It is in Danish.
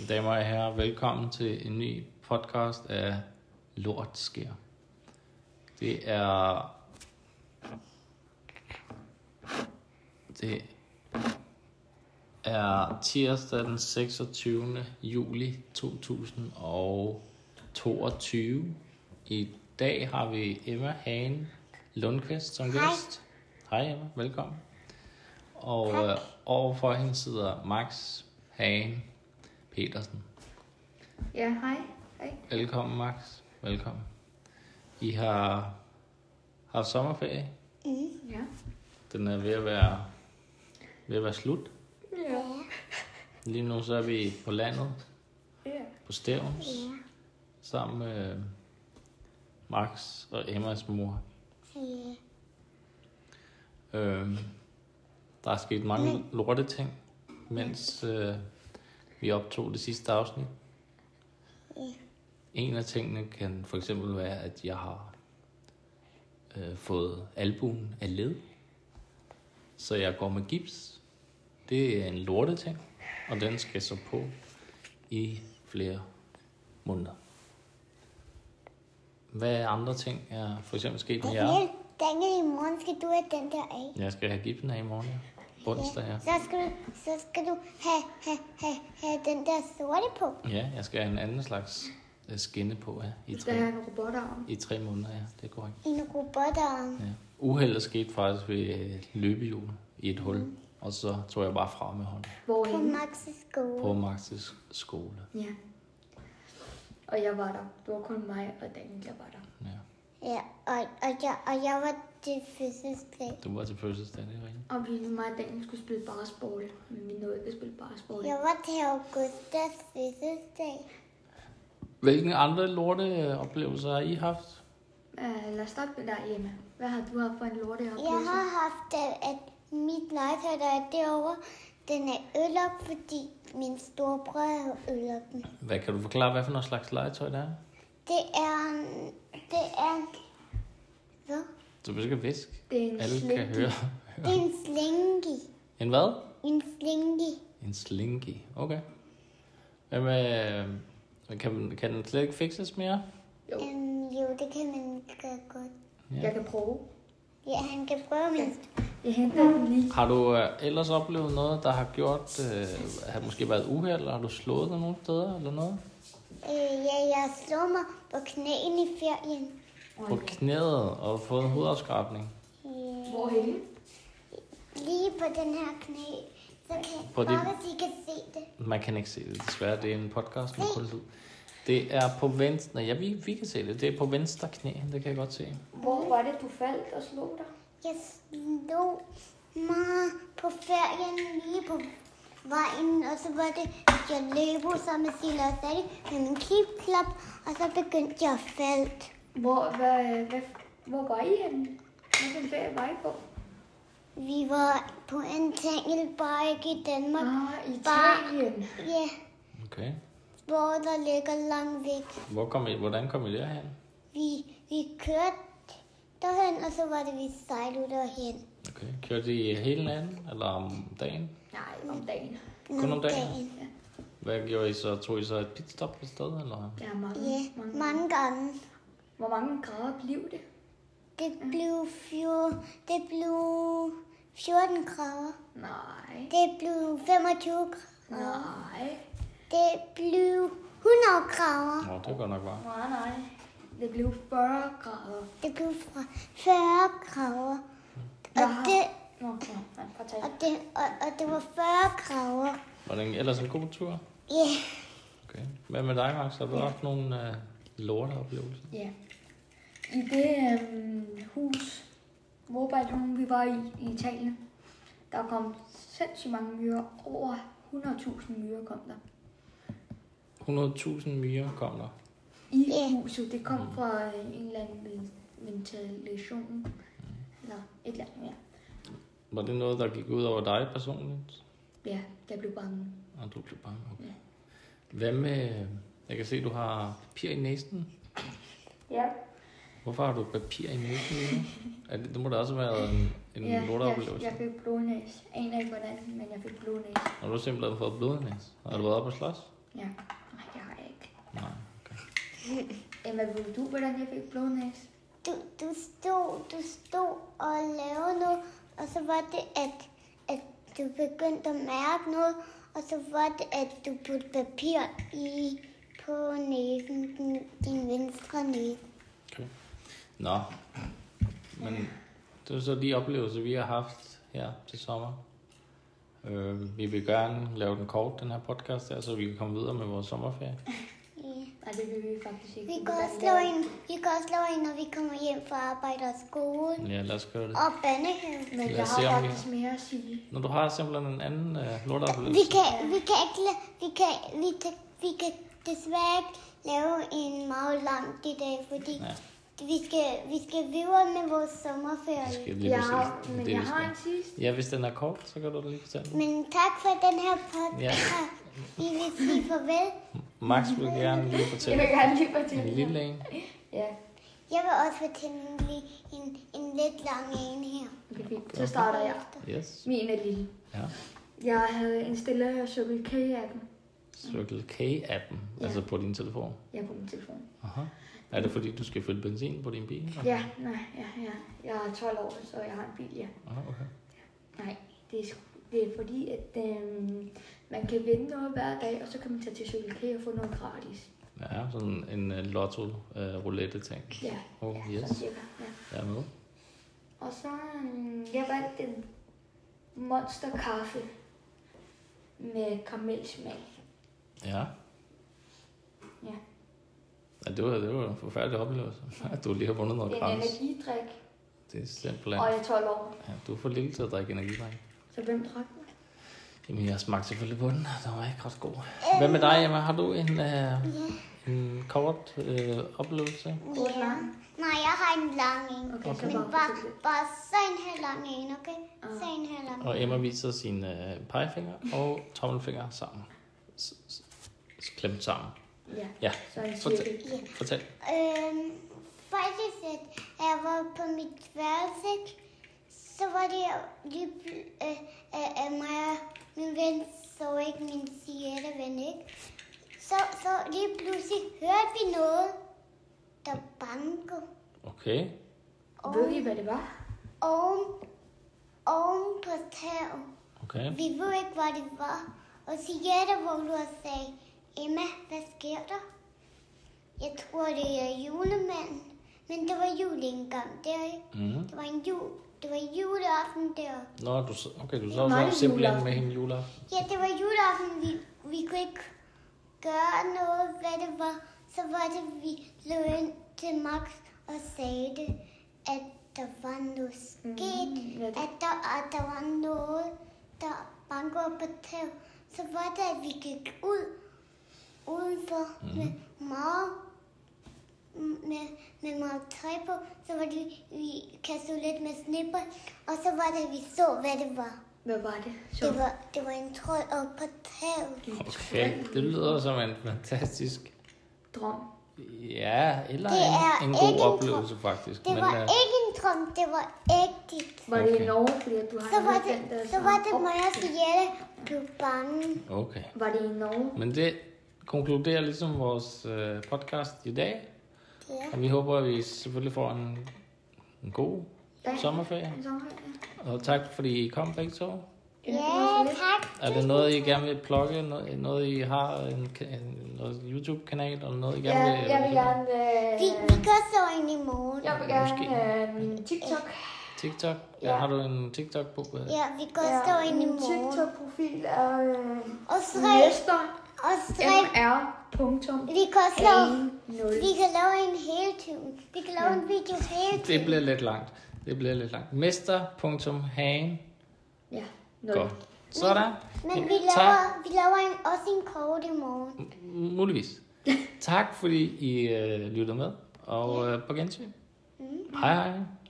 Damer og herrer, velkommen til en ny podcast af Lort sker. Det er tirsdag den 26. juli 2022. I dag har vi Emma Hagen Lundqvist som gæst. Hej Emma, velkommen. Og overfor hende sidder Max Hagen Petersen. Ja, hej. Hej. Velkommen Max, velkommen. I har haft sommerferie. Ja. Den er ved at være slut. Ja. Lige nu så er vi på landet, Ja. på Stevns, sammen med Max og Emmas mor. Der er sket mange lorte ting, mens vi optog det sidste afsnit. En af tingene kan for eksempel være, at jeg har fået albuen af led, så jeg går med gips. Det er en lorte ting, og den skal så på i flere måneder. Hvad andre ting er for eksempel sket med jer? Daniel, i morgen skal du have den der af. Jeg skal have gipsen af i morgen, ja. Onsdag, ja. Så skal du have den der sorte på. Ja, jeg skal have en anden slags skinne på, ja. Du skal have en robotarm. I 3 måneder, ja. Det er korrekt. En robotarm. Ja. Uheldet skete faktisk ved løbehjul i et hul, og så tog jeg bare fra med hånden. På Hvorhenne? Max's skole. På Max's skole. Ja. Og jeg var der. Det var kun mig og Daniel, der var der. Ja. Ja, og jeg var til fødselsdag. Du var til fødselsdag, det er rigtigt. Og vi mig og Daniel skulle spille basketball, men vi nåede ikke at spille basketball. Jeg var til Augustas fødselsdag. Hvilke andre lorte oplevelser har I haft? Lad os starte med dig, Emma. Hvad har du haft for en lorte Jeg oplevelse? har haft, at mit legetøj, der er derovre, den er ødelagt, fordi min storebror har ødelagt den. Hvad kan du forklare, hvad for noget slags legetøj det er? Det er... Hvad? Du skal viske. Det er en Alle kan slinky. høre. Det er en slinky. En hvad? En slinky. En slinky. Okay. Hvad med... Kan den slet ikke fikses mere? Jo, Jo, det kan man godt. Ja. jeg kan prøve. Ja, han kan prøve min... Jeg henter den lige. Har du ellers oplevet noget, der har gjort... har måske været uheld, eller har du slået dig nogle steder, eller noget? Ja, jeg slog mig på knæen i ferien. På knæet og fået en hudafskrabning. Hvorhenne? Lige på den her knæ. Så kan På bare, din- hvis I kan se det. Man kan ikke se det, desværre. Det er en podcast med kun lyd. Det er på venstre... Ja, vi kan se det. Det er på venstre knæ, det kan jeg godt se. Hvor var det, du faldt og slog dig? Jeg slog mig på ferien lige på vejen, og så var det, at jeg løb ud sammen med Silla og Sally med min klip-klap, og så begyndte jeg at falde. Hvor var I henne? Hvilken ferie var I på? Vi var på en tangelbike i Danmark. Italien. Ja, Okay. hvor der ligger langt væk. Hvordan kom I derhen? Vi kørte derhen, og så var det, vi sejlede derhen. Okay. Kørte I hele natten, eller om dagen? Nej, om dagen. Kun om dagen? Hvad gjorde I så? Tog I så et pitstop et sted, eller? Ja, mange. Ja, mange gange. Hvor mange grader blev det? Det blev 14 grader. Nej. Det blev 25 grader. Nej. Det blev 100 grader. Nå, det går nok bare. Nej. Det blev 40 grader. Det blev fra 40 grader. Og det var 40 grader. Var det ellers en god tur? Ja, Okay. Hvad med dig, Max? Har du haft nogle lorteoplevelser? Ja. I det hus, mobile vi var i Italien, der kom sindssygt mange myrer. Over 100.000 myrer kom der. 100.000 myrer kom der. I Ja. huset. Det kom fra en eller anden ventilation. Eller et eller andet, ja. Var det noget, der gik ud over dig personligt? Ja, jeg blev bange. Og du blev bange, okay. Ja. Hvad med... Jeg kan se, du har papir i næsen. Ja. Hvorfor har du papir i næsen lige nu? Det må da også have været en lorteoplevelse. jeg fik blodnæs. Jeg aner ikke hvordan, men jeg fik blodnæs. Har du simpelthen fået blodnæs? Har du været oppe og slås? Ja. Nej, det har jeg ikke. Nej, okay. Emma, ved du, hvordan jeg fik blodnæse? Du stod og lavede noget, og så var det, at du begyndte at mærke noget, og så var det, at du puttede papir på næsen, din venstre næse. Okay. Nå, men det er så de oplevelser, vi har haft her til sommer. Vi vil gerne lave den kort, den her podcast her, så vi kan komme videre med vores sommerferie. Nej, det vil vi faktisk ikke. Vi kan også lave en, når vi kommer hjem fra arbejde og skole. Ja, lad os gøre det. Og børnehave. Men Lad jeg os har se, om vi faktisk mere at sige. Når du har simpelthen en anden lorteoplevelse. Vi kan desværre ikke lave en meget lang i dag, fordi vi skal videre med vores sommerferie. Men jeg har en sidste. Ja, hvis den er kort, så kan du da lige fortælle. Men tak for den her podcast. Ja. Vi vil sige farvel. Max vil gerne lige fortælle. Jeg vil gerne lige fortælle. En lille en. Ja. Jeg vil også fortælle en lidt lang en her. Okay, fint. Så starter jeg. Yes. Min er lille. Ja. Jeg havde installeret Circle K-appen. Circle K-appen, altså på din telefon. Ja, på min telefon. Aha. Er det fordi, du skal fylde benzin på din bil? Ja. Jeg er 12 år, så jeg har en bil, ja. Aha, okay. Nej, det er fordi, at man kan vinde noget hver dag, og så kan man tage til Circle K og få noget gratis. Ja, sådan en lotto-roulette-ting. Ja, Yes. sådan cirka. Ja. Jeg er med. Og så jeg valgte en Monster kaffe med karamelsmag. Ja. Ja. Ja, det var en forfærdelig oplevelse, at du lige har vundet noget Det er en gratis. energidrik, Det er simpelthen... og jeg er 12 år. Ja, du er for lille til at drikke energidrik. Så hvem drak den? Jamen, jeg smagte selvfølgelig på den, og den var ikke ret god. Hvad med dig, Emma? Har du en kort oplevelse? Ja. Nej, jeg har en lang en. Okay, så Men bare så en her lang en, okay? Så en her lang en. Og Emma viser sine pegefinger og tommelfinger sammen. Klemt sammen. Ja, så en cirkel. Fortæl. Faktisk, at jeg var på mit værelse, så var det lige af mig og min ven, så ikke min ven, ikke? Så lige pludselig hørte vi noget, der bankede. Okay. Ved I, hvad det var? Oven på taget. Okay. Vi ved ikke, hvad det var. Og Siette vågnede og sagde, Emma, hvad sker der? Jeg tror, det er julemanden. Men det var jul engang der, ikke? Mm. Det var juleaften der. Nå, du så simpelthen med hende juleaften. Ja, det var juleaften. Vi kunne ikke gøre noget, hvad det var. Så var det, vi løb ind til Max og sagde det, at der var noget sket. At der var noget, der bankede på taget. Så var det, at vi gik udenfor med meget træ på. Så var det, vi kastede lidt med snipper. Og så var det, at vi så, hvad det var. Hvad var det? Det var en tråd op på taget. Okay, det lyder som en fantastisk... Drøm. Ja, eller en god oplevelse faktisk. Det var ikke en drøm, det var ægtigt. Var det i Norge, fordi du har så var det mig og Siette blev bange. Okay. Var det i Norge? Men det konkluderer ligesom vores podcast i dag. Ja. Og vi håber, at vi selvfølgelig får en god sommerferie. En sommerferie. Og tak, fordi I kom begge to. Ja, tak. Er det noget, I gerne vil plukke? Noget, I har? Noget YouTube-kanal? Eller noget, I gerne vil... Jeg vil gerne... Vi kan så ind i morgen. Jeg vil gerne min TikTok. TikTok? Ja. Har du en TikTok på? Ja, vi kan så ind i min morgen. TikTok-profil er Og Mester strik. MR. Vi kan lave en hele tiden. Vi kan lave en video hele tiden. Det bliver lidt langt. Mester.hagen. Ja. Godt. Sådan. Men vi laver også en kort i morgen. Muligvis. Tak fordi I lyttede med. Og på gensyn. Hej hej.